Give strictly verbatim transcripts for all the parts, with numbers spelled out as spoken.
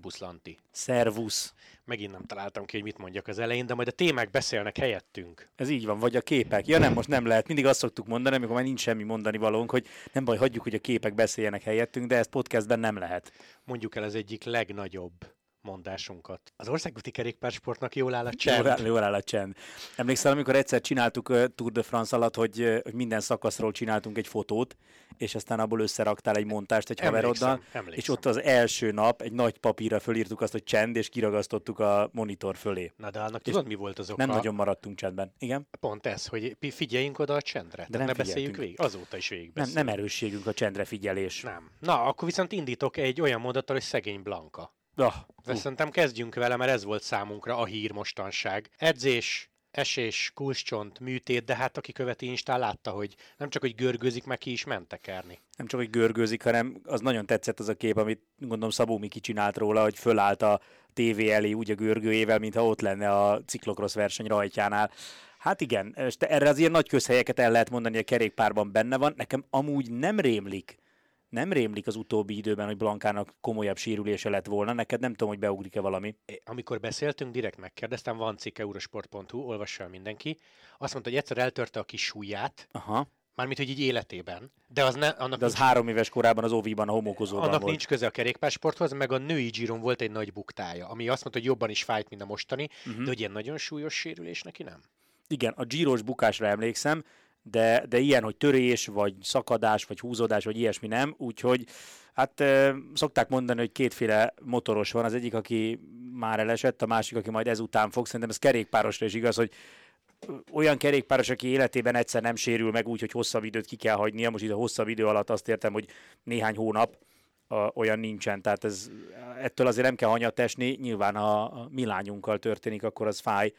Szerbusz, Lanti. Szervusz. Megint nem találtam ki, hogy mit mondjak az elején, de majd a témák beszélnek helyettünk. Ez így van, vagy a képek. Ja nem, most nem lehet. Mindig azt szoktuk mondani, amikor már nincs semmi mondani valónk, hogy nem baj, hagyjuk, hogy a képek beszéljenek helyettünk, de ezt podcastben nem lehet. Mondjuk el az egyik legnagyobb mondásunkat. Az országúti kerékpársportnak jól áll a csend. Jól áll, jól áll a csend. Emlékszel, amikor egyszer csináltuk uh, Tour de France alatt, hogy, uh, hogy minden szakaszról csináltunk egy fotót, és aztán abból összeraktál egy montást egy haveroddal, és ott az első nap egy nagy papírra fölírtuk azt, hogy csend, és kiragasztottuk a monitor fölé. Na de annak tudod, mi volt az oka? Nem nagyon maradtunk csendben. Igen? Pont ez, hogy figyeljünk oda a csendre. De nem ne beszéljünk figyeltünk. végig. Azóta is végig Nem, nem erősségünk a csendre figyelés. Nem. Na, akkor viszont indítok egy olyan mondattal, hogy szegény Blanka. Ah, De szerintem kezdjünk vele, mert ez volt számunkra a hír mostanság. Edzés, esés, kulcscsont, műtét, de hát aki követi Instán látta, hogy nem csak, hogy görgőzik, meg ki is ment tekerni. nem csak, hogy görgőzik, hanem az nagyon tetszett az a kép, amit gondolom Szabó Miki csinált róla, hogy fölállt a tévé elé úgy a görgőjével, mintha ott lenne a ciklokrosz verseny rajtjánál. Hát igen, és erre az ilyen nagy közhelyeket el lehet mondani, a kerékpárban benne van. Nekem amúgy nem rémlik, nem rémlik az utóbbi időben, hogy Blankának komolyabb sérülése lett volna. Neked nem tudom, hogy beugrik-e valami. Amikor beszéltünk, direkt megkérdeztem, van cikk eurosport pont hu, olvassa el mindenki. Azt mondta, hogy egyszer eltörte a kis súlyát, Aha. mármint, hogy így életében. De az, ne, annak De az nincs, három éves korában az óviban, a homokozóban annak volt. nincs köze a kerékpársporthoz, meg a női Giron volt egy nagy buktája, ami azt mondta, hogy jobban is fájt, mint a mostani, Uh-huh. de hogy ilyen nagyon súlyos sérülés neki nem. Igen, a Giros bukásra emlékszem, de, de ilyen, hogy törés, vagy szakadás, vagy húzódás, vagy ilyesmi nem, úgyhogy hát e, szokták mondani, hogy kétféle motoros van, az egyik, aki már elesett, a másik, aki majd ezután fog, szerintem ez kerékpárosra is igaz, hogy olyan kerékpáros, aki életében egyszer nem sérül meg úgy, hogy hosszabb időt ki kell hagynia, most itt a hosszabb idő alatt azt értem, hogy néhány hónap, a, olyan nincsen, tehát ez, ettől azért nem kell hanyat esni, nyilván ha a mi lányunkkal történik, akkor az fáj,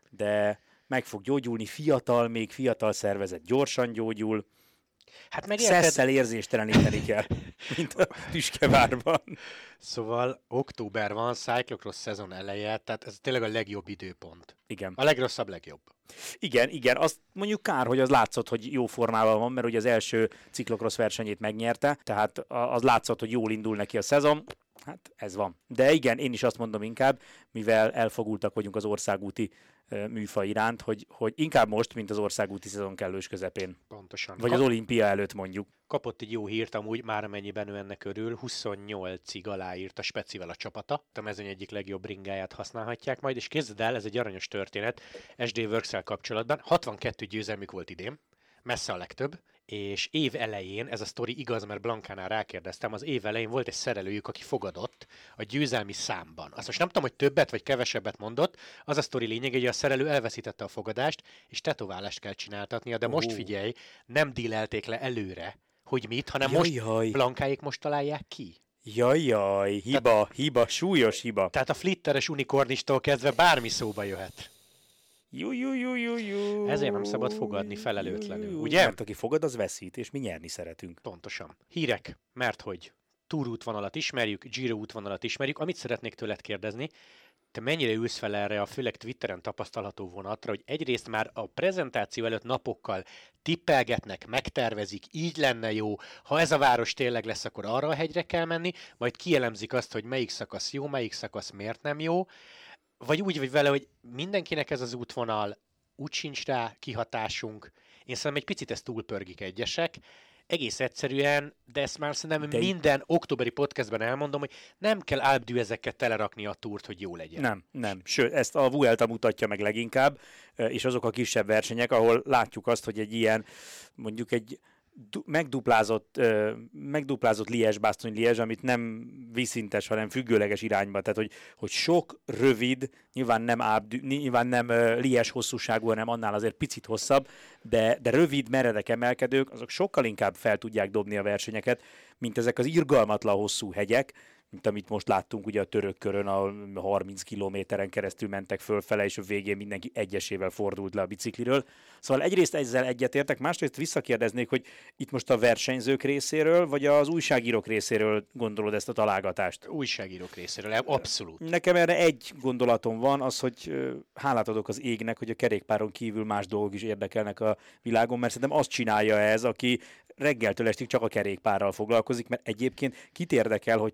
de meg fog gyógyulni, fiatal, még fiatal szervezet gyorsan gyógyul, Hát meg érted, szesszel érzésteleníteni kell, mint a Tüskevárban. szóval október van, cyclocross szezon eleje, tehát ez tényleg a legjobb időpont. Igen. A legrosszabb, legjobb. Igen, igen, azt mondjuk kár, hogy az látszott, hogy jó formában van, mert ugye az első ciklokrosz versenyét megnyerte, tehát az látszott, hogy jól indul neki a szezon, hát ez van. De igen, én is azt mondom inkább, mivel elfogultak vagyunk az országúti uh, műfaj iránt, hogy, hogy inkább most, mint az országúti szezon kellős közepén. Pontosan. Vagy az olimpia előtt mondjuk. Kapott egy jó hírt amúgy, már amennyiben ő ennek örül, huszonnyolcig aláírt a Specivel a csapata. A mezőny egyik legjobb ringáját használhatják majd, és képzeld el, ez egy aranyos történet es dé Works-el kapcsolatban. hatvankettő győzelmük volt idén, messze a legtöbb, és év elején, ez a sztori igaz, mert Blankánál rákérdeztem, az év elején volt egy szerelőjük, aki fogadott a győzelmi számban. Azt most nem tudom, hogy többet vagy kevesebbet mondott, az a sztori lényeg, hogy a szerelő elveszítette a fogadást, és tetoválást kell csináltatnia, de most Ó. figyelj, nem dílelték le előre, hogy mit, hanem Jaj, most jaj. Blankáik most találják ki. Jaj, jaj, hiba, hiba, súlyos hiba. Tehát a flitteres unikornistól kezdve bármi szóba jöhet. Jú, jú, jú, jú, jú. Ezért nem szabad fogadni felelőtlenül, ugye? Mert aki fogad, az veszít, és mi nyerni szeretünk. Pontosan. Hírek, mert hogy Tour útvonalat ismerjük, Giro útvonalat ismerjük. Amit szeretnék tőled kérdezni, te mennyire ülsz fel erre a főleg Twitteren tapasztalható vonatra, hogy egyrészt már a prezentáció előtt napokkal tippelgetnek, megtervezik, így lenne jó, ha ez a város tényleg lesz, akkor arra a hegyre kell menni, majd kielemzik azt, hogy melyik szakasz jó, melyik szakasz miért nem jó, vagy úgy vagy vele, hogy mindenkinek ez az útvonal, úgy sincs rá kihatásunk. Én szerintem egy picit ezt túlpörgik egyesek, egész egyszerűen, de ezt már szerintem De minden októberi podcastben elmondom, hogy nem kell álpdűezekkel telerakni a túrt, hogy jó legyen. Nem, nem. Sőt, ezt a Vuelta mutatja meg leginkább, és azok a kisebb versenyek, ahol látjuk azt, hogy egy ilyen, mondjuk egy du- megduplázott, uh, megduplázott Liège-Bastogne-Liège, amit nem vízszintes, hanem függőleges irányba. Tehát, hogy, hogy sok, rövid, nyilván nem, ábdű, nyilván nem uh, Liège hosszúságú, hanem annál azért picit hosszabb, de, de rövid, meredek emelkedők, azok sokkal inkább fel tudják dobni a versenyeket, mint ezek az irgalmatlan hosszú hegyek, mint amit most láttunk ugye a török körön, ahol harminc kilométeren keresztül mentek fölfele, és a végén mindenki egyesével fordult le a bicikliről. Szóval egyrészt ezzel egyetértek, másrészt visszakérdeznék, hogy itt most a versenyzők részéről, vagy az újságírók részéről gondolod ezt a találgatást? Újságírók részéről, abszolút. Nekem erre egy gondolatom van, az, hogy ö, hálát adok az égnek, hogy a kerékpáron kívül más dolgok is érdekelnek a világon, mert szerintem azt csinálja ez, aki reggeltől estig csak a kerékpárral foglalkozik, mert egyébként kit érdekel, hogy te a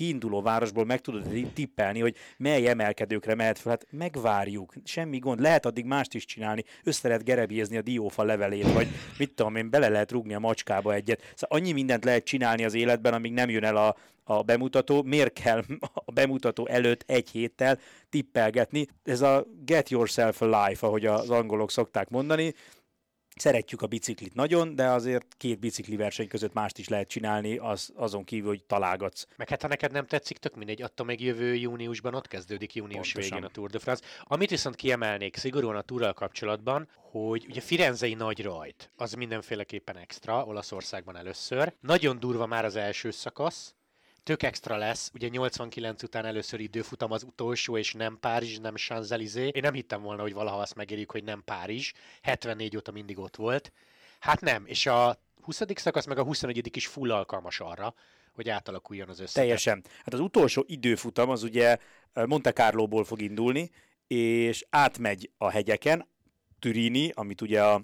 kiinduló városból meg tudod tippelni, hogy mely emelkedőkre mehet fel, hát megvárjuk, semmi gond, lehet addig mást is csinálni, össze lehet gerebjézni a diófa levelét, vagy mit tudom én, bele lehet rúgni a macskába egyet. Szóval annyi mindent lehet csinálni az életben, amíg nem jön el a, a bemutató. Miért kell a bemutató előtt egy héttel tippelgetni? Ez a get yourself a life, ahogy az angolok szokták mondani. Szeretjük a biciklit nagyon, de azért két bicikli verseny között mást is lehet csinálni, az, azon kívül, hogy találgatsz. Meg hát ha neked nem tetszik, tök mindegy, attól meg jövő júniusban ott kezdődik június Pontosan. végén a Tour de France. Amit viszont kiemelnék szigorúan a Tourral kapcsolatban, hogy ugye Firenzei nagy rajt, az mindenféleképpen extra, Olaszországban először. Nagyon durva már az első szakasz, tök extra lesz, ugye nyolcvankilenc után először időfutam az utolsó, és nem Párizs, nem Champs-Élysées. Én nem hittem volna, hogy valaha azt megérjük, hogy nem Párizs. hetvennégy óta mindig ott volt. Hát nem, és a huszadik szakasz meg a huszonegyedik is full alkalmas arra, hogy átalakuljon az össze. Teljesen. Hát az utolsó időfutam az ugye Monte Carlóból fog indulni, és átmegy a hegyeken, Turini, amit ugye a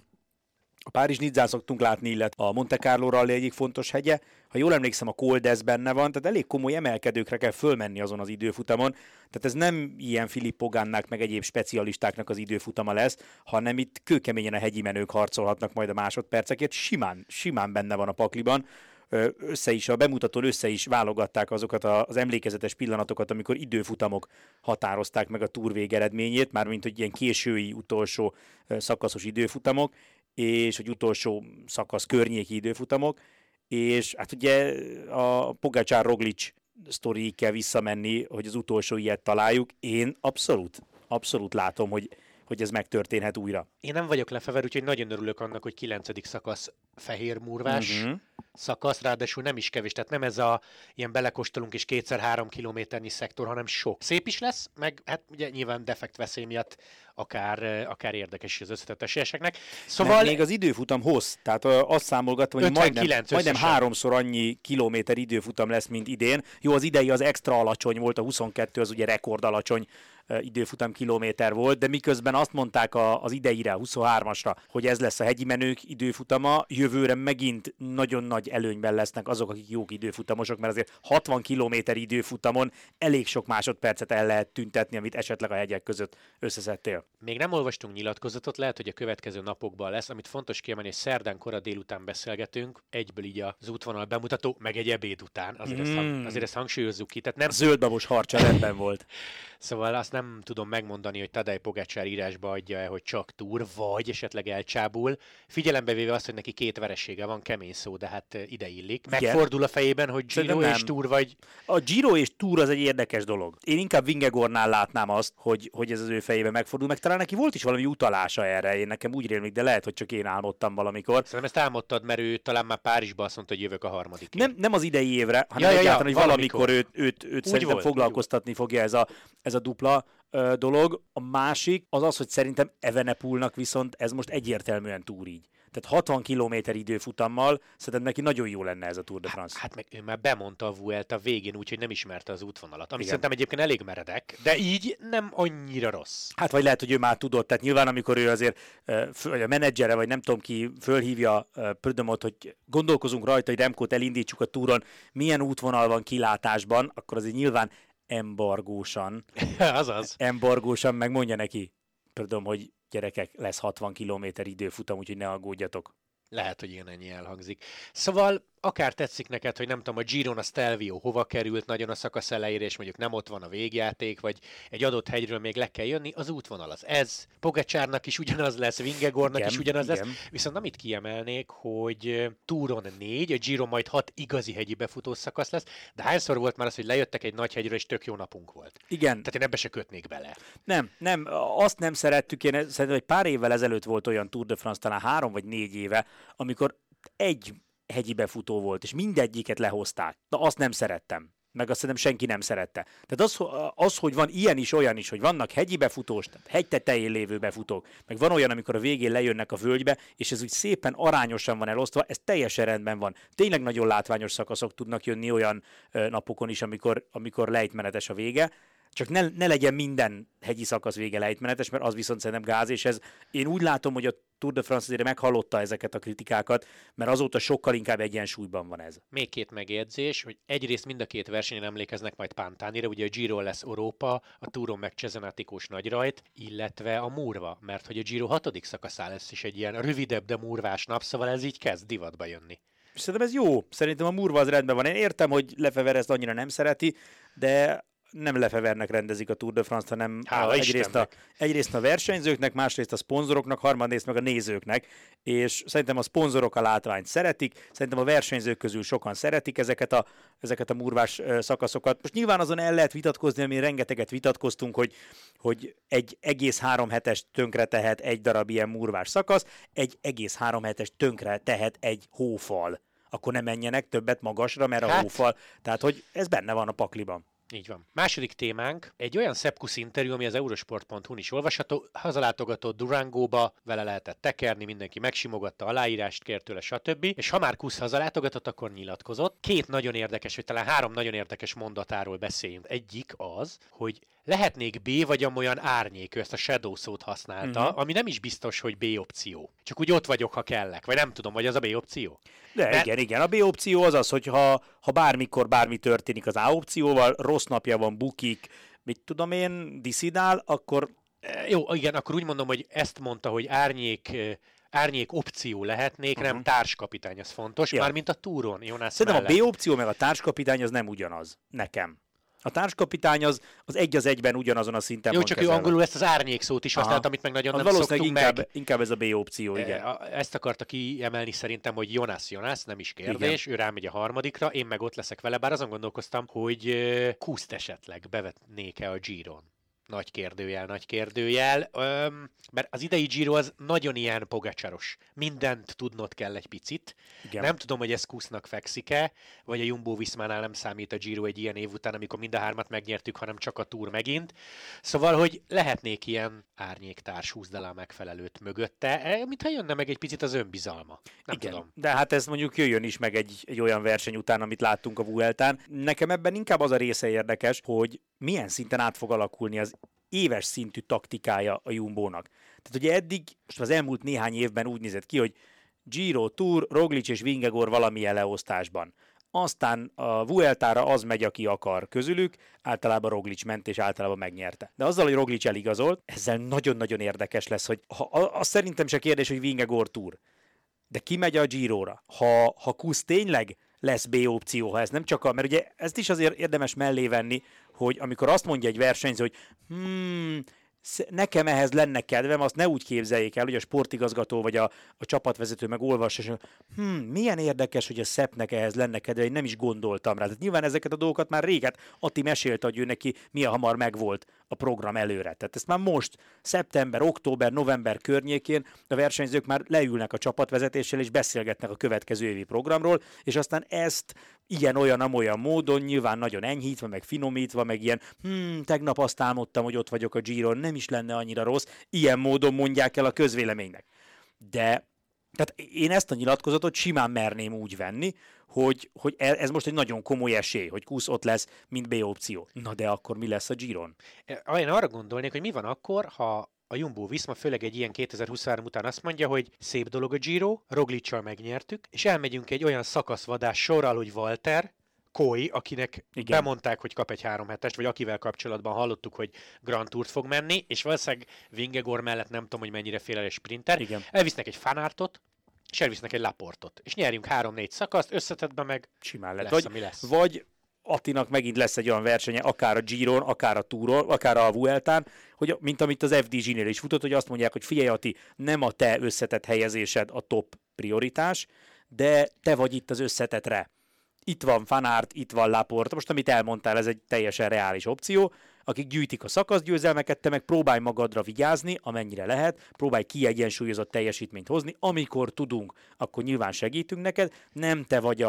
A Párizs-Nizzán szoktunk látni, illetve a Monte Carlo rally egyik fontos hegye. Ha jól emlékszem, a Col d'Huez benne van, tehát elég komoly emelkedőkre kell fölmenni azon az időfutamon. Tehát ez nem ilyen Filippo Gannának meg egyéb specialistáknak az időfutama lesz, hanem itt kőkeményen a hegyi menők harcolhatnak majd a másodpercekért. Simán, simán benne van a pakliban. Össze is, a bemutatón össze is válogatták azokat az emlékezetes pillanatokat, amikor időfutamok határozták meg a túr végeredményét, mármint hogy ilyen késői utolsó szakaszos időfutamok, és hogy utolsó szakasz környéki időfutamok, és hát ugye a Pogačar-Roglič sztoriig kell visszamenni, hogy az utolsó ilyet találjuk. Én abszolút, abszolút látom, hogy, hogy ez megtörténhet újra. Én nem vagyok lefever, úgyhogy nagyon örülök annak, hogy kilencedik szakasz fehér murvás uh-huh. szakasz, ráadásul nem is kevés, tehát nem ez a ilyen belekóstolunk és kétszer három kilométernyi szektor, hanem sok. Szép is lesz, meg hát ugye nyilván defekt veszély miatt akár, akár érdekes az összetett esélyeseknek. Szóval még az időfutam hossz, tehát azt számolgatva, hogy majdnem, majdnem háromszor annyi kilométer időfutam lesz, mint idén. Jó, az idei az extra alacsony volt, a huszonkettő az ugye rekord alacsony időfutam kilométer volt, de miközben azt mondták az ideire, a huszonhármasra, hogy ez lesz a hegyi menők időfutama, jövőre megint nagyon nagy előnyben lesznek azok, akik jók időfutamosok, mert azért hatvan kilométer időfutamon elég sok másodpercet el lehet tüntetni, amit esetleg a hegyek között összeszedtél. Még nem olvastunk nyilatkozatot, lehet, hogy a következő napokban lesz, amit fontos kiemelni, hogy szerdán kora délután beszélgetünk, egyből így az útvonal bemutató, meg egy ebéd után, azért, mm. ezt, hang, azért ezt hangsúlyozzuk ki. Tehát nem... A zöldbabos harcsa rendben volt. Szóval azt nem tudom megmondani, hogy Tadej Pogačar írásba adja, hogy csak túr, vagy esetleg elcsábul. Figyelembe véve azt, hogy neki két veresége van, kemény szó, de hát ide illik. Megfordul a fejében, hogy Giro és túr vagy... A Giro és túr az egy érdekes dolog. Én inkább Vingegaardnál látnám azt, hogy, hogy ez az ő fejében megfordul, meg talán neki volt is valami utalása erre, én nekem úgy rémlik, de lehet, hogy csak én álmodtam valamikor. Szerintem ezt álmodtad, mert ő talán már Párizsba azt mondta, hogy jövök a harmadik. Nem, nem az idei évre, hanem ja, egyáltalán, ja, hogy valamikor, valamikor őt, őt, őt szerintem volt, foglalkoztatni fogja ez a, ez a dupla ö, dolog. A másik az az, hogy szerintem Evenepoelnak viszont ez most egyértelműen túr így. Tehát hatvan kilométer időfutammal szerintem neki nagyon jó lenne ez a Tour de France. Hát, hát meg ő már bemondta a Vuelta végén, úgyhogy nem ismerte az útvonalat. Ami igen. Szerintem egyébként elég meredek, de így nem annyira rossz. Hát vagy lehet, hogy ő már tudott, tehát nyilván amikor ő azért vagy a menedzsere, vagy nem tudom ki, fölhívja Prudhomot, hogy gondolkozunk rajta, hogy Remkót elindítsuk a túron, milyen útvonal van kilátásban, akkor azért nyilván embargósan. Azaz. Embargósan megmondja neki, Prudhomme, hogy gyerekek, lesz hatvan kilométer időfutam, úgyhogy ne aggódjatok. Lehet, hogy ilyen ennyi elhangzik. Szóval akár tetszik neked, hogy nem tudom, a Giron a Stelvio hova került nagyon a szakasz elejére, és mondjuk nem ott van a végjáték, vagy egy adott hegyről még le kell jönni, az útvonal az ez. Pogačarnak is ugyanaz lesz, Vingegaardnak igen, is ugyanaz igen. lesz. Viszont amit kiemelnék, hogy Touron négy, a Giron majd hat igazi hegyi befutó szakasz lesz, de hányszor volt már az, hogy lejöttek egy nagy hegyről, és tök jó napunk volt. Igen. Tehát én ebbe se kötnék bele. Nem, nem, azt nem szerettük, én szerintem, hogy pár évvel ezelőtt volt olyan Tour de France, talán három vagy négy éve, amikor egy hegyi befutó volt, és mindegyiket lehozták. Na, azt nem szerettem. Meg azt szerintem senki nem szerette. Tehát az, az, hogy van ilyen is, olyan is, hogy vannak hegyi befutós, tehát hegy tetején lévő befutók, meg van olyan, amikor a végén lejönnek a völgybe, és ez úgy szépen arányosan van elosztva, ez teljesen rendben van. Tényleg nagyon látványos szakaszok tudnak jönni olyan napokon is, amikor, amikor lejtmenetes a vége, Csak ne, ne legyen minden hegyi szakasz vége lejtmenetes, mert az viszont szerintem gáz, és ez én úgy látom, hogy a Tour de France azért meghallotta ezeket a kritikákat, mert azóta sokkal inkább egyensúlyban van ez. Még két megjegyzés, hogy egyrészt mind a két versenyen emlékeznek majd Pantánira, ugye a Giro lesz Európa, a Touron meg Cezenátikós nagyrajt, illetve a Murva, mert hogy a Giro hatodik szakaszán lesz is egy ilyen rövidebb, de murvás nap, szóval ez így kezd divatba jönni. Szerintem ez jó. Szerintem a Murva az rendben van. Én értem, hogy Lefevere ezt annyira nem szereti, de nem Lefevernek rendezik a Tour de France-t, hanem a, egyrészt, a, egyrészt a versenyzőknek, másrészt a szponzoroknak, harmadrészt meg a nézőknek, és szerintem a szponzorok a látványt szeretik, szerintem a versenyzők közül sokan szeretik ezeket a, ezeket a murvás szakaszokat. Most nyilván azon el lehet vitatkozni, ami rengeteget vitatkoztunk, hogy, hogy egy egész három hetes tönkre tehet egy darab ilyen murvás szakasz, egy egész három hetes tönkre tehet egy hófal. Akkor ne menjenek többet magasra, mert a hát... hófal. Tehát, hogy ez benne van a pakliban. Így van. Második témánk, egy olyan Sepkus interjú, ami az eurosport pont hu-n is olvasható, hazalátogatott Durangóba, vele lehetett tekerni, mindenki megsimogatta, aláírást kért tőle, stb. És ha már Kusz hazalátogatott, akkor nyilatkozott. Két nagyon érdekes, vagy talán három nagyon érdekes mondatáról beszéljünk. Egyik az, hogy lehetnék B, vagy amolyan árnyék, ő ezt a shadow szót használta, uh-huh. ami nem is biztos, hogy B opció. Csak úgy ott vagyok, ha kellek. Vagy nem tudom, vagy az a B opció? De Mert... igen, igen. A B opció az az, hogy ha, ha bármikor bármi történik az A opcióval, rossz napja van, bukik, mit tudom én, diszidál, akkor... Jó, igen, akkor úgy mondom, hogy ezt mondta, hogy árnyék... árnyék opció lehetnék, uh-huh. nem társkapitány, ez fontos, ja. Mármint a Touron, Jonas Szerintem mellett. A B opció meg a társkapitány az nem ugyanaz, nekem. A társkapitány az, az egy az egyben ugyanazon a szinten Jó, van csak kezelve. ő angolul ezt az árnyék szót is használt, amit meg nagyon az nem szoktunk inkább, meg. inkább ez a B opció, igen. Ezt akarta kiemelni szerintem, hogy Jonas Jonas, nem is kérdés, igen. Ő rámegy a harmadikra, én meg ott leszek vele, bár azon gondolkoztam, hogy Kuszt esetleg bevetnék-e a Giron. Nagy kérdőjel, nagy kérdőjel, Öm, mert az idei Giro az nagyon ilyen pogacsaros. Mindent tudnod kell egy picit. Igen. Nem tudom, hogy ez Kusznak fekszik-e, vagy a Jumbo-Viszmánál nem számít a Giro egy ilyen év után, amikor mind a hármat megnyertük, hanem csak a Tour megint. Szóval, hogy lehetnék ilyen árnyéktárs húzdalá megfelelőt mögötte, mintha jönne meg egy picit az önbizalma. Nem Igen. tudom. De hát ez mondjuk jöjjön is meg egy, egy olyan verseny után, amit láttunk a Vueltán. Nekem ebben inkább az a része érdekes, hogy milyen szinten át fog alakulni az éves szintű taktikája a Jumbónak. Tehát ugye eddig, most az elmúlt néhány évben úgy nézett ki, hogy Giro, Tour, Roglic és Vingegaard valamilyen leosztásban. Aztán a Vueltára az megy, aki akar közülük, általában Roglic ment, és általában megnyerte. De azzal, hogy Roglic eligazolt, ezzel nagyon-nagyon érdekes lesz, hogy ha, az szerintem se kérdés, hogy Vingegaard Tour. De ki megy a Giróra? Ha, ha Kusz tényleg lesz B opció, ha ez nem csak a... Mert ugye ezt is azért érdemes mellé venni, hogy amikor azt mondja egy versenyző, hogy hmm, nekem ehhez lenne kedvem, azt ne úgy képzeljék el, hogy a sportigazgató vagy a, a csapatvezető meg olvassa, és hmm, milyen érdekes, hogy a Seppnek ehhez lenne kedve, én nem is gondoltam rá. Tehát nyilván ezeket a dolgokat már réget Atti mesélte, hogy ő neki milyen hamar megvolt a program előre. Tehát ezt már most, szeptember, október, november környékén a versenyzők már leülnek a csapatvezetéssel és beszélgetnek a következő évi programról, és aztán ezt ilyen-olyan, amolyan módon, nyilván nagyon enyhítve, meg finomítva, meg ilyen, hmm, tegnap azt álmodtam, hogy ott vagyok a Giron, nem is lenne annyira rossz, ilyen módon mondják el a közvéleménynek. De tehát én ezt a nyilatkozatot simán merném úgy venni, hogy, hogy ez most egy nagyon komoly esély, hogy Kusz ott lesz, mint B opció. Na de akkor mi lesz a Giron? Én arra gondolnék, hogy mi van akkor, ha a Jumbo-Viszma főleg egy ilyen kétezer-huszonhárom után azt mondja, hogy szép dolog a Giro, Roglic-sal megnyertük, és elmegyünk egy olyan szakaszvadás sorral, hogy Walter, Koi, akinek igen. bemondták, hogy kap egy három hetest, vagy akivel kapcsolatban hallottuk, hogy Grand Tourt fog menni, és valószínűleg Vingegaard mellett nem tudom, hogy mennyire fél sprinter, igen. elvisznek egy Fanartot, és elvisznek egy Laportot, és nyerjünk három-négy szakaszt, összetettben meg simán lesz, lesz vagy, ami lesz. Vagy Attinak megint lesz egy olyan versenye, akár a Giron, akár a Touron, akár a Vueltán, hogy, mint amit az ef dé gé-nél is futott, hogy azt mondják, hogy figyelj Atti, nem a te összetett helyezésed a top prioritás, de te vagy itt az összetetre. Itt van Van Aert, itt van Laporte, most amit elmondtál, ez egy teljesen reális opció, akik gyűjtik a szakaszgyőzelmeket, te meg próbálj magadra vigyázni, amennyire lehet, próbálj kiegyensúlyozott teljesítményt hozni, amikor tudunk, akkor nyilván segítünk neked, nem te vagy a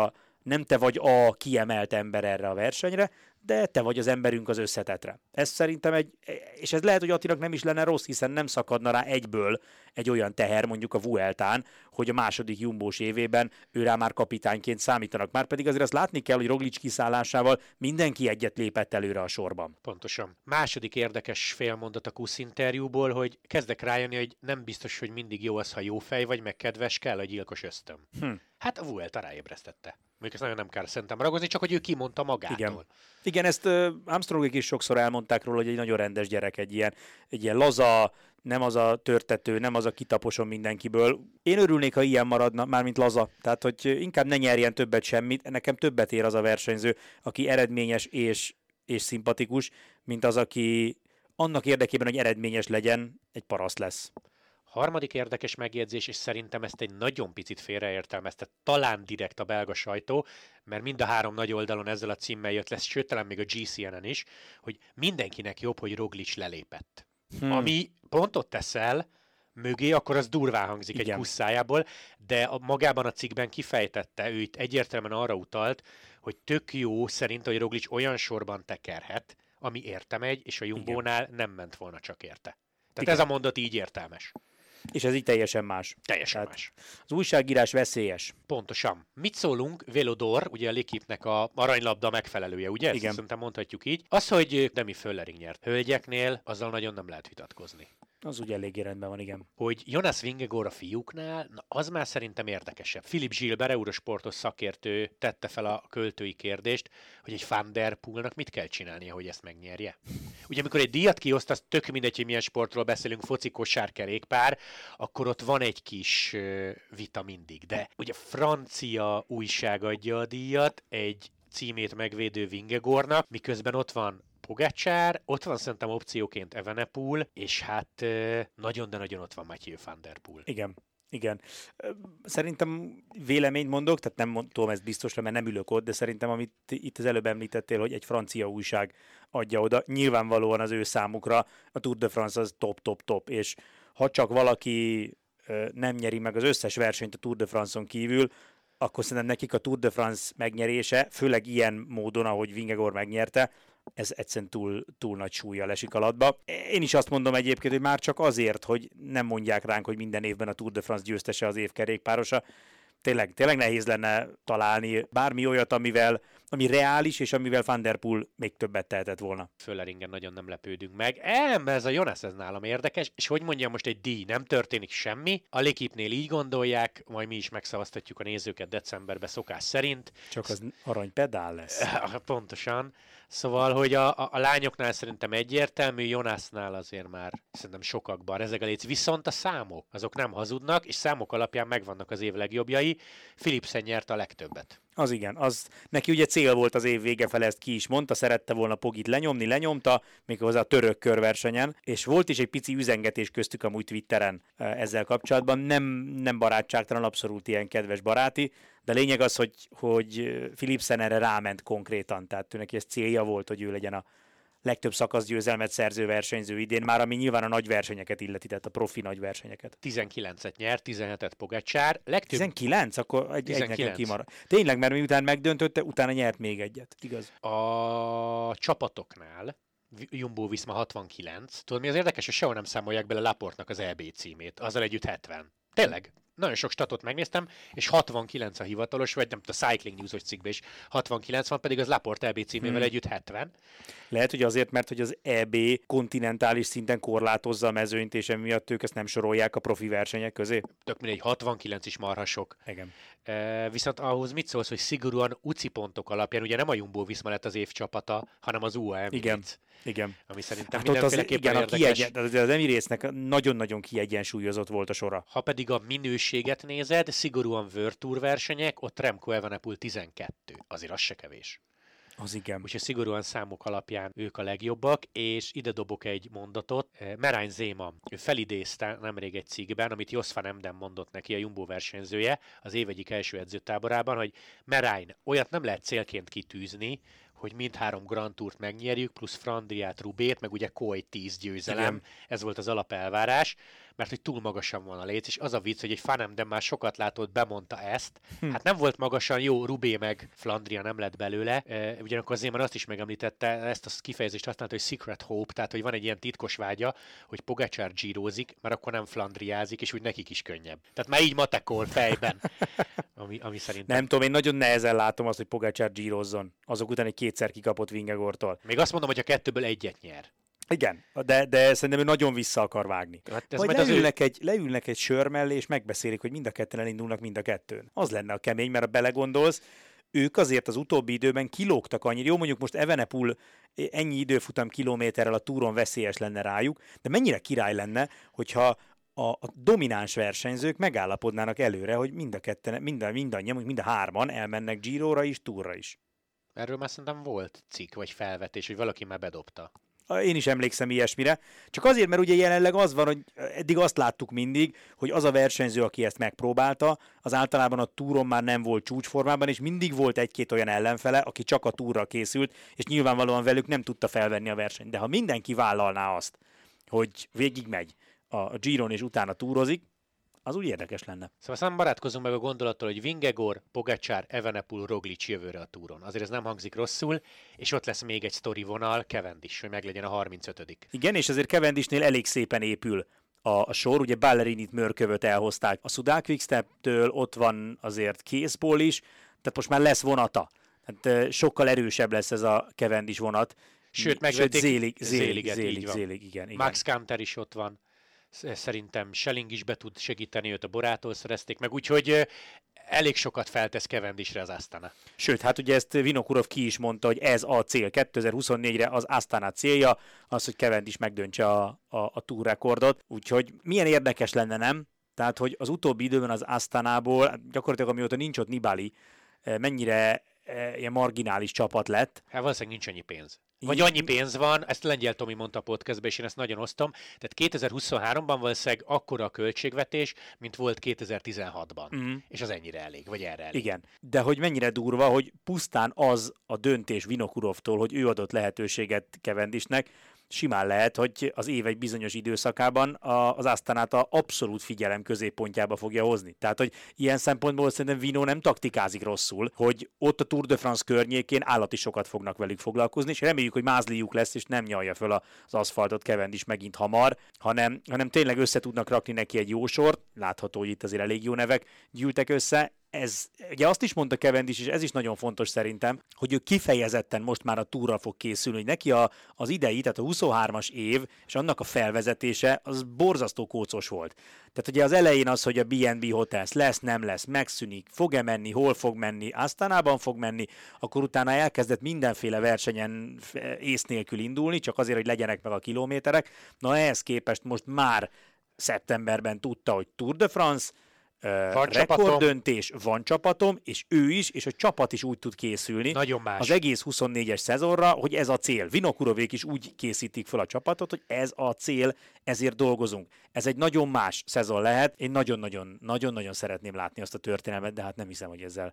nem te vagy a kiemelt ember erre a versenyre, de te vagy az emberünk az összetetre. Ez szerintem egy, és ez lehet, hogy Attilának nem is lenne rossz, hiszen nem szakadna rá egyből egy olyan teher, mondjuk a Vueltán, hogy a második jumbós évében ő rá már kapitányként számítanak. Már pedig azért azt látni kell, hogy Roglic kiszállásával mindenki egyet lépett előre a sorban. Pontosan. Második érdekes félmondat a Kusz interjúból, hogy kezdek rájönni, hogy nem biztos, hogy mindig jó az, ha jó fej vagy, meg kedves, kell a gyilkos ösztön. Hm. Hát a Vuelta ráébresztette. Mondjuk ezt nagyon nem kell szerintem ragozni, csak hogy ő kimondta magától. Igen. Igen, ezt uh, Armstrongék is sokszor elmondták róla, hogy egy nagyon rendes gyerek, egy ilyen, egy ilyen laza, nem az a törtető, nem az a kitaposon mindenkiből. Én örülnék, ha ilyen maradna, mármint laza. Tehát, hogy inkább ne nyerjen többet semmit, nekem többet ér az a versenyző, aki eredményes és, és szimpatikus, mint az, aki annak érdekében, hogy eredményes legyen, egy paraszt lesz. Harmadik érdekes megjegyzés, és szerintem ezt egy nagyon picit félreértelmezte, talán direkt a belga sajtó, mert mind a három nagy oldalon ezzel a címmel jött lesz, sőt, talán még a gé cé en en is, hogy mindenkinek jobb, hogy Roglic lelépett. Hmm. Ami pontot teszel mögé, akkor az durván hangzik Igen. egy kusszájából, de a, magában a cikkben kifejtette, ő itt egyértelműen arra utalt, hogy tök jó szerint, hogy Roglic olyan sorban tekerhet, ami érte megy, és a Jumbónál Igen. nem ment volna csak érte. Tehát Igen. ez a mondat így értelmes. És ez így teljesen más. Teljesen Tehát más. Az újságírás veszélyes. Pontosan. Mit szólunk? Velodor, ugye a L'Équipe-nek a aranylabda megfelelője, ugye? Igen. Ezt szerintem mondhatjuk így. Az, hogy Demi Föllering nyert hölgyeknél, azzal nagyon nem lehet vitatkozni. Az ugye eléggé rendben van, igen. Hogy Jonas Vingegaard a fiúknál, na az már szerintem érdekesebb. Philip Gilbert, Eurosportos szakértő tette fel a költői kérdést, hogy egy Van der Poelnak mit kell csinálnia, hogy ezt megnyerje. Ugye amikor egy díjat kioszt, az tök mindegy, hogy milyen sportról beszélünk, foci, kosár, kerékpár, akkor ott van egy kis uh, vita mindig. De ugye francia újság adja a díjat egy címét megvédő Vingegaardnak, miközben ott van Pogačar, ott van szerintem opcióként Evenepoel, és hát nagyon, de nagyon ott van Mathieu van der Poel. Igen, igen. Szerintem véleményt mondok, tehát nem mondom ezt biztosra, mert nem ülök ott, de szerintem amit itt az előbb említettél, hogy egy francia újság adja oda, nyilvánvalóan az ő számukra a Tour de France az top, top, top, és ha csak valaki nem nyeri meg az összes versenyt a Tour de France-on kívül, akkor szerintem nekik a Tour de France megnyerése, főleg ilyen módon, ahogy Vingegaard megnyerte, ez egyszerűen túl, túl nagy súlya esik alatba. Én is azt mondom egyébként, hogy már csak azért, hogy nem mondják ránk, hogy minden évben a Tour de France győztese az év kerékpárosa. Tényleg, tényleg nehéz lenne találni bármi olyat, amivel, ami reális, és amivel Van der Poel még többet tehetett volna. Fölleringen nagyon nem lepődünk meg. Nem, ez a Jonas, ez nálam érdekes, és hogy mondjam, most egy díj, nem történik semmi. A L'Équipe-nél így gondolják, majd mi is megszavaztatjuk a nézőket decemberben szokás szerint. Csak az aranypedál lesz. Pontosan. Szóval, hogy a, a, a lányoknál szerintem egyértelmű, Jonasnál azért már szerintem sokakban rezeg a léc. Viszont a számok, azok nem hazudnak, és számok alapján megvannak az év legjobbjai. Philipsen nyert a legtöbbet. Az igen, az neki ugye cél volt az év vége fele, ezt ki is mondta, szerette volna Pogit lenyomni, lenyomta, méghozzá a török körversenyen, és volt is egy pici üzengetés köztük amúgy Twitteren ezzel kapcsolatban, nem, nem barátságtalan, abszolút ilyen kedves baráti, de lényeg az, hogy, hogy Philipsen erre ráment konkrétan, tehát ő neki ez célja volt, hogy ő legyen a legtöbb szakaszgyőzelmet szerző versenyző idén, már ami nyilván a nagy versenyeket illeti, tehát a profi nagy versenyeket. tizenkilencet nyert, tizenhetet Pogačar. Legtöbb... tizenkilenc? Akkor egy, egy nekem kimarad. Tényleg, mert miután megdöntötte, utána nyert még egyet, igaz? A csapatoknál Jumbo-Visma hatvankilenc. Tudod, mi az érdekes, hogy sehol nem számolják bele Laportnak az é bé címét, azzal együtt hetven. Tényleg? Nagyon sok statot megnéztem, és hatvankilenc a hivatalos, vagy nem tudom, a Cycling News-os cikkben is hatvankilenc van, pedig az Laporte é bé címével hmm. együtt hetven. Lehet, hogy azért, mert hogy az é bé kontinentális szinten korlátozza a mezőnyt, és emiatt ők ezt nem sorolják a profi versenyek közé. Tök mindegy, hatvankilenc is marha sok. Igen. E, viszont ahhoz mit szólsz, hogy szigorúan uci pontok alapján, ugye nem a Jumbo-Visma lett az év csapata, hanem az u á é Igen. Igen. Ami szerintem hát mindenféleképpen az, igen, érdekes. Az, az Emirates-nek nagyon-nagyon kiegyensúlyozott volt a sora. Ha pedig a minőséget nézed, szigorúan World Tour versenyek, ott Remco Evenepoel tizenkettő. Azért az se kevés. Az igen. Úgyhogy szigorúan számok alapján ők a legjobbak, és ide dobok egy mondatot. Merány Zeeman, ő felidézte nemrég egy cikkben, amit Jos van Emden mondott neki, a Jumbo versenyzője, az év egyik első edzőtáborában, hogy Merány, olyat nem lehet célként kitűzni, hogy mindhárom Grand Tourt megnyerjük, plusz Flandriát, Rubét, meg ugye Koy tíz győzelem. Igen. Ez volt az alapelvárás, mert hogy túl magasan van a léc, és az a vicc, hogy egy Van Emden már sokat látott, bemondta ezt. Hm. Hát nem volt magasan, jó, Rubé meg Flandria nem lett belőle, e, ugyanakkor azért már azt is megemlítette, ezt a kifejezést használta, hogy secret hope, tehát hogy van egy ilyen titkos vágya, hogy Pogačar gyírozik, mert akkor nem flandriázik, és úgy nekik is könnyebb. Tehát már így matekol fejben, ami, ami szerintem... Nem tudom, én nagyon nehezen látom azt, hogy Pogačar gyírozzon. Azok után egy kétszer kikapott Vingegortól. Még azt mondom, hogy a kettőből egyet nyer. Igen, de, de szerintem ő nagyon vissza akar vágni. Hát ez Vagy majd az leülnek, ő... egy, leülnek egy sör mellé, és megbeszélik, hogy mind a ketten elindulnak mind a kettőn. Az lenne a kemény, mert ha belegondolsz, ők azért az utóbbi időben kilógtak annyira. Jó, mondjuk most Evenepoel ennyi időfutam kilométerrel a túron veszélyes lenne rájuk, de mennyire király lenne, hogyha a, a domináns versenyzők megállapodnának előre, hogy mind a ketten, mind a, mindannyian, mind a hárman elmennek Giróra is, túra is. Erről már szerintem volt cikk vagy felvetés, hogy valaki már bedobta. Én is emlékszem ilyesmire. Csak azért, mert ugye jelenleg az van, hogy eddig azt láttuk mindig, hogy az a versenyző, aki ezt megpróbálta, az általában a túron már nem volt csúcsformában, és mindig volt egy-két olyan ellenfele, aki csak a túrra készült, és nyilvánvalóan velük nem tudta felvenni a versenyt. De ha mindenki vállalná azt, hogy végigmegy a Giron és utána túrozik, az úgy érdekes lenne. Szóval aztán barátkozunk meg a gondolattal, hogy Vingegaard, Pogačar, Evenepoel, Roglic jövőre a túron. Azért ez nem hangzik rosszul, és ott lesz még egy sztori vonal, Cavendish, hogy meglegyen a harmincötödik. Igen, és azért Cavendishnél elég szépen épül a, a sor. Ugye Ballerinit, Mörkövöt elhozták a Soudal Quickstep-től, ott van azért Készból is, tehát most már lesz vonata. Tehát sokkal erősebb lesz ez a Cavendish vonat. Sőt, megvették Zélig, Zélig, Zéliget, Zélig, így van. Zélig, igen, igen. Max Kanter is ott van. Szerintem Schelling is be tud segíteni, őt a Borától szerezték meg, úgyhogy elég sokat feltesz Cavendishre az Astana. Sőt, hát ugye ezt Vinokurov ki is mondta, hogy ez a cél. kétezer-huszonnégyre az Astana célja, az, hogy Cavendish megdöntse a, a, a túr rekordot. Úgyhogy milyen érdekes lenne, nem? Tehát, hogy az utóbbi időben az Astanából, gyakorlatilag amióta nincs ott Nibali, mennyire ilyen marginális csapat lett. Hát valószínűleg nincs annyi pénz. Vagy annyi pénz van, ezt Lengyel Tomi mondta a podcastben, és én ezt nagyon osztom. Tehát kétezer-huszonháromban valószínűleg akkora a költségvetés, mint volt kétezer-tizenhatban. Mm. És az ennyire elég, vagy erre elég. Igen, de hogy mennyire durva, hogy pusztán az a döntés Vinokurovtól, hogy ő adott lehetőséget Cavendishnek, simán lehet, hogy az év egy bizonyos időszakában az Astanát a abszolút figyelem középpontjába fogja hozni. Tehát, hogy ilyen szempontból szerintem Vino nem taktikázik rosszul, hogy ott a Tour de France környékén állati sokat fognak velük foglalkozni, és reméljük, hogy mázliuk lesz, és nem nyalja föl az aszfaltot Cavendish megint hamar, hanem, hanem tényleg össze tudnak rakni neki egy jó sort. Látható, hogy itt azért elég jó nevek gyűltek össze. Ez, ugye azt is mondta Cavendish, és ez is nagyon fontos szerintem, hogy ő kifejezetten most már a túrra fog készülni, hogy neki a, az idei, tehát a huszonhármas év, és annak a felvezetése, az borzasztó kócos volt. Tehát ugye az elején az, hogy a bé and bé Hotels lesz, nem lesz, megszűnik, fog-e menni, hol fog menni, Astanában fog menni, akkor utána elkezdett mindenféle versenyen ész nélkül indulni, csak azért, hogy legyenek meg a kilométerek. Na ehhez képest most már szeptemberben tudta, hogy Tour de France, Van rekorddöntés, van csapatom, és ő is, és a csapat is úgy tud készülni. Nagyon más. Az egész huszonnégyes szezonra, hogy ez a cél. Vinokurovék is úgy készítik fel a csapatot, hogy ez a cél, ezért dolgozunk. Ez egy nagyon más szezon lehet. Én nagyon-nagyon, nagyon-nagyon szeretném látni azt a történelmet, de hát nem hiszem, hogy ezzel...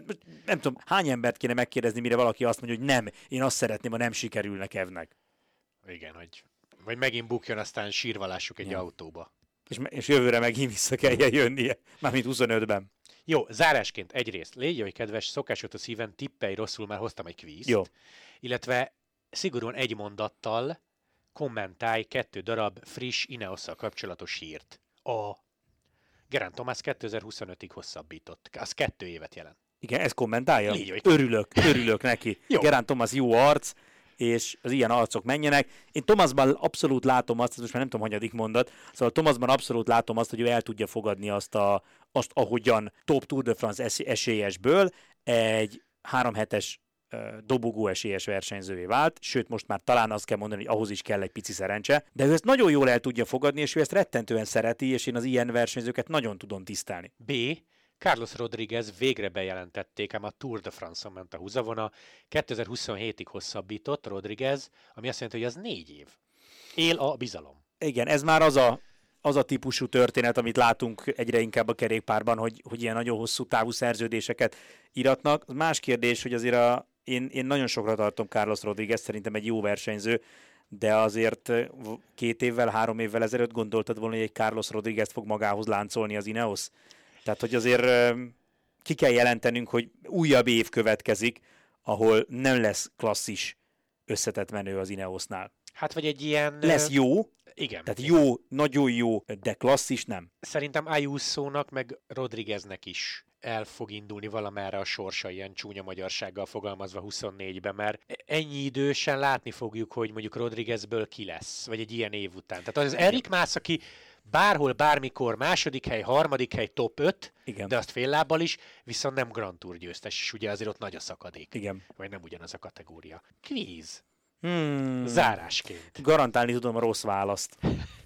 Nem tudom, hány embert kéne megkérdezni, mire valaki azt mondja, hogy nem, én azt szeretném, ha nem sikerül Kevnek. Igen, hogy vagy megint bukjon, aztán sírva lássuk egy ja. autóba. És, és jövőre megint vissza kelljen jönnie, mármint huszonötben. Jó, zárásként egyrészt légy, hogy kedves, szokásot a szíven, tippelj rosszul, már hoztam egy kvízt. Jó. Illetve szigorúan egy mondattal kommentálj kettő darab friss Ineosszal kapcsolatos hírt. A Geraint Thomas kétezer-huszonötig hosszabbított. Az kettő évet jelent. Igen, ezt kommentálja? Légy, hogy... Örülök, örülök neki. Geraint Thomas jó arc, és az ilyen arcok menjenek. Én Thomasban abszolút látom azt, most már nem tudom, hanyadik mondat, szóval Thomasban abszolút látom azt, hogy ő el tudja fogadni azt, a, azt ahogyan top Tour de France es- esélyesből egy három hetes uh, dobogó esélyes versenyzővé vált, sőt most már talán azt kell mondani, hogy ahhoz is kell egy pici szerencse, de ő ezt nagyon jól el tudja fogadni, és ő ezt rettentően szereti, és én az ilyen versenyzőket nagyon tudom tisztelni. B. Carlos Rodriguez végre bejelentették, ám a Tour de France-on ment a húzavona. kétezer-huszonhétig hosszabbított Rodriguez, ami azt jelenti, hogy az négy év. Él a bizalom. Igen, ez már az a, az a típusú történet, amit látunk egyre inkább a kerékpárban, hogy, hogy ilyen nagyon hosszú távú szerződéseket íratnak. Az más kérdés, hogy azért a, én, én nagyon sokra tartom Carlos Rodriguez, szerintem egy jó versenyző, de azért két évvel, három évvel ezelőtt gondoltad volna, hogy egy Carlos Rodriguez fog magához láncolni az Ineos? Tehát, hogy azért ki kell jelentenünk, hogy újabb év következik, ahol nem lesz klasszis összetett menő az Ineosnál. Hát vagy egy ilyen... Lesz jó, igen. tehát igen. jó, nagyon jó, de klasszis nem. Szerintem Ayuso-nak meg Rodrigueznek is el fog indulni valamerre a sorsa, ilyen csúnya magyarsággal fogalmazva huszonnégyben, mert ennyi idősen látni fogjuk, hogy mondjuk Rodriguezből ki lesz, vagy egy ilyen év után. Tehát az Erik Mász, aki bárhol, bármikor második hely, harmadik hely, top öt, Igen. de azt fél lábbal is, viszont nem Grand Tour győztes, és ugye azért ott nagy a szakadék. Igen. Vagy nem ugyanaz a kategória. Kvíz. Hmm. Zárásként. Garantálni tudom a rossz választ.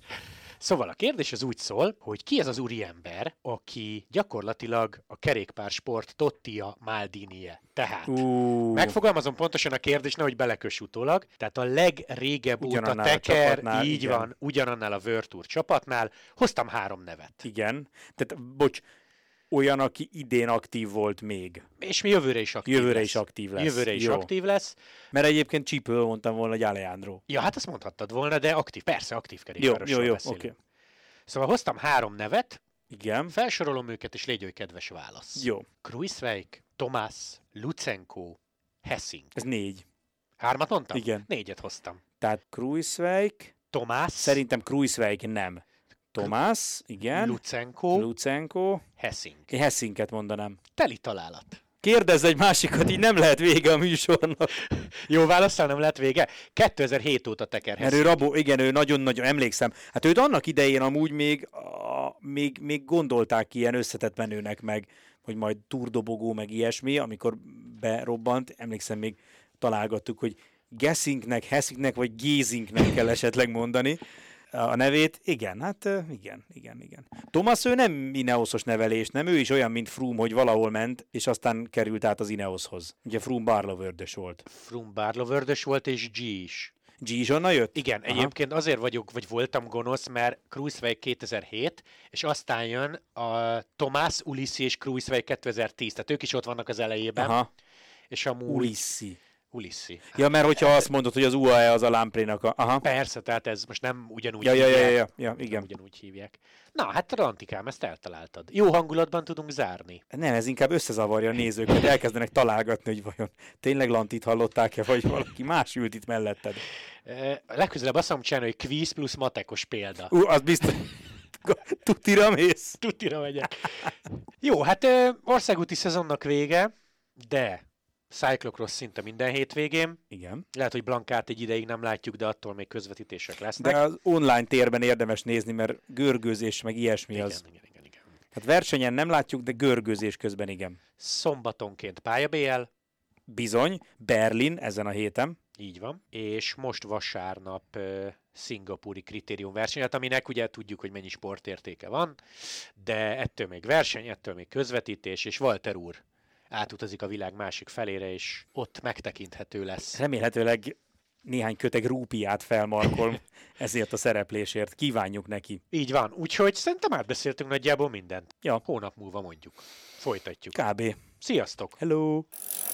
Szóval a kérdés az úgy szól, hogy ki az az úriember, aki gyakorlatilag a kerékpársport Tottia Maldinie. Tehát, Uh. megfogalmazom pontosan a kérdést, nehogy belekös utólag, tehát a legrégebb óta Ugyanannál a teker, csapatnál, így igen. van, ugyanannál a World Tour csapatnál, hoztam három nevet. Igen. Tehát, bocs, olyan, aki idén aktív volt még. És mi jövőre is aktív Jövőre lesz. is aktív lesz. Jövőre is Jó. aktív lesz. Mert egyébként csípőről mondtam volna, hogy Alejandro. Ja, hát azt mondhattad volna, de aktív, persze aktív Jó, kerékpárosról jó, jó, beszélünk. oké. Okay. Szóval hoztam három nevet, Igen. felsorolom őket, és légy oly kedves válasz. Jó. Kruijswijk, Tomás, Lutsenko, Hessing. Ez négy. Hármat mondtam? Igen. Négyet hoztam. Tehát Kruijswijk, Tomás, szerintem Kruijswijk nem. Tomás, igen. Lutsenko, Lucenko. Hessing. Én Hessinket mondanám. Teli találat. Kérdezz egy másikat, így nem lehet vége a műsornak. Jó válaszsal nem lett vége? kétezer-hét óta teker Mert ő Hessing. rabó, igen, ő nagyon-nagyon, emlékszem. Hát őt annak idején amúgy még, a, még, még gondolták ilyen összetett menőnek meg, hogy majd túrdobogó meg ilyesmi, amikor berobbant, emlékszem még találgattuk, hogy Gessinknek, Hessingnek vagy Gézinknek kell esetleg mondani a nevét. Igen, hát igen, igen, igen. Thomas ő nem Ineosos nevelés, nem? Ő is olyan, mint Froome, hogy valahol ment, és aztán került át az Ineoshoz. Ugye Froome Barlow-ördös volt. Froome Barlow-ördös volt, és G is. G is onnan jött? Igen, Aha. egyébként azért vagyok, vagy voltam gonosz, mert Kruijswijk kétezer-hét, és aztán jön a Tomás, Ulissi és Kruijswijk kétezer-tíz, tehát ők is ott vannak az elejében. Aha. És amúgy... Ulissi. Ulissi. Ja, mert hogyha azt mondod, hogy az u á e az a Lamprénak a... Aha. Persze, tehát ez most nem ugyanúgy Ja, ja, ja, hívják. ja, ja, Nem igen. ugyanúgy hívják. Na, hát Rantikám, ezt eltaláltad. Jó hangulatban tudunk zárni. Nem, ez inkább összezavarja a nézőket, elkezdenek találgatni, hogy vajon tényleg Lantit hallották-e, vagy valaki más ült itt melletted. E, legközelebb azt mondom csinálni, hogy kvíz plusz matekos példa. Ú, az biztos... Tutira mész. Tutira megyek. Jó, hát e, országúti szezonnak vége, de cyclocross szinte minden hétvégén. Igen. Lehet, hogy Blankát egy ideig nem látjuk, de attól még közvetítések lesznek. De az online térben érdemes nézni, mert görgőzés meg ilyesmi igen, az. igen, igen, igen. Hát versenyen nem látjuk, de görgőzés közben igen. Szombatonként pálya bé el, Bizony, Berlin ezen a héten. így van, és most vasárnap uh, szingapúri kritériumverseny, hát aminek ugye tudjuk, hogy mennyi sportértéke van, de ettől még verseny, ettől még közvetítés, és Walter úr átutazik a világ másik felére, és ott megtekinthető lesz. Remélhetőleg néhány köteg rúpiát felmarkol ezért a szereplésért. Kívánjuk neki. Így van, úgyhogy szerintem átbeszéltünk nagyjából mindent. Ja. Hónap múlva mondjuk. Folytatjuk. Kb. Sziasztok! Hello!